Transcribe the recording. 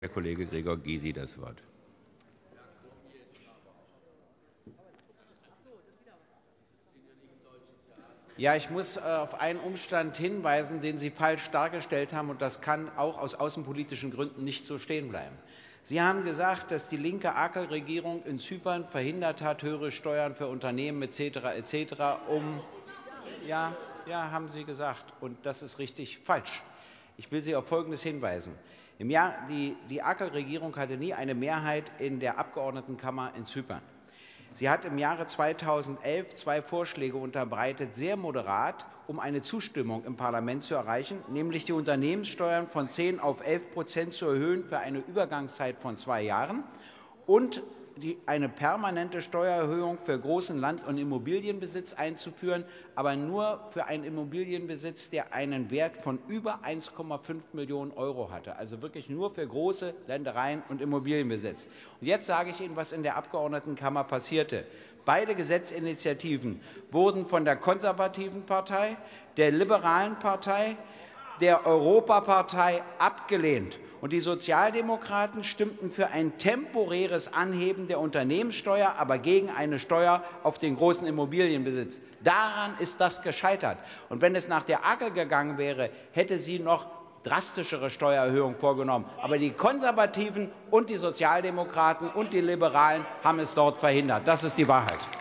Herr Kollege Gregor Gysi das Wort. Ja, ich muss auf einen Umstand hinweisen, den Sie falsch dargestellt haben, und das kann auch aus außenpolitischen Gründen nicht so stehen bleiben. Sie haben gesagt, dass die linke Acker-Regierung in Zypern verhindert hat, höhere Steuern für Unternehmen etc. Ja, haben Sie gesagt, und das ist richtig falsch. Ich will Sie auf Folgendes hinweisen. Die Acker-Regierung hatte nie eine Mehrheit in der Abgeordnetenkammer in Zypern. Sie hat im Jahre 2011 2 Vorschläge unterbreitet, sehr moderat, um eine Zustimmung im Parlament zu erreichen, nämlich die Unternehmenssteuern von 10 auf 11% zu erhöhen für eine Übergangszeit von 2 Jahren und eine permanente Steuererhöhung für großen Land- und Immobilienbesitz einzuführen, aber nur für einen Immobilienbesitz, der einen Wert von über 1,5 Millionen € hatte. Also wirklich nur für große Ländereien und Immobilienbesitz. Und jetzt sage ich Ihnen, was in der Abgeordnetenkammer passierte. Beide Gesetzinitiativen wurden von der Konservativen Partei, der Liberalen Partei, der Europapartei abgelehnt. Und die Sozialdemokraten stimmten für ein temporäres Anheben der Unternehmenssteuer, aber gegen eine Steuer auf den großen Immobilienbesitz. Daran ist das gescheitert. Und wenn es nach der Acker gegangen wäre, hätte sie noch drastischere Steuererhöhungen vorgenommen. Aber die Konservativen und die Sozialdemokraten und die Liberalen haben es dort verhindert. Das ist die Wahrheit.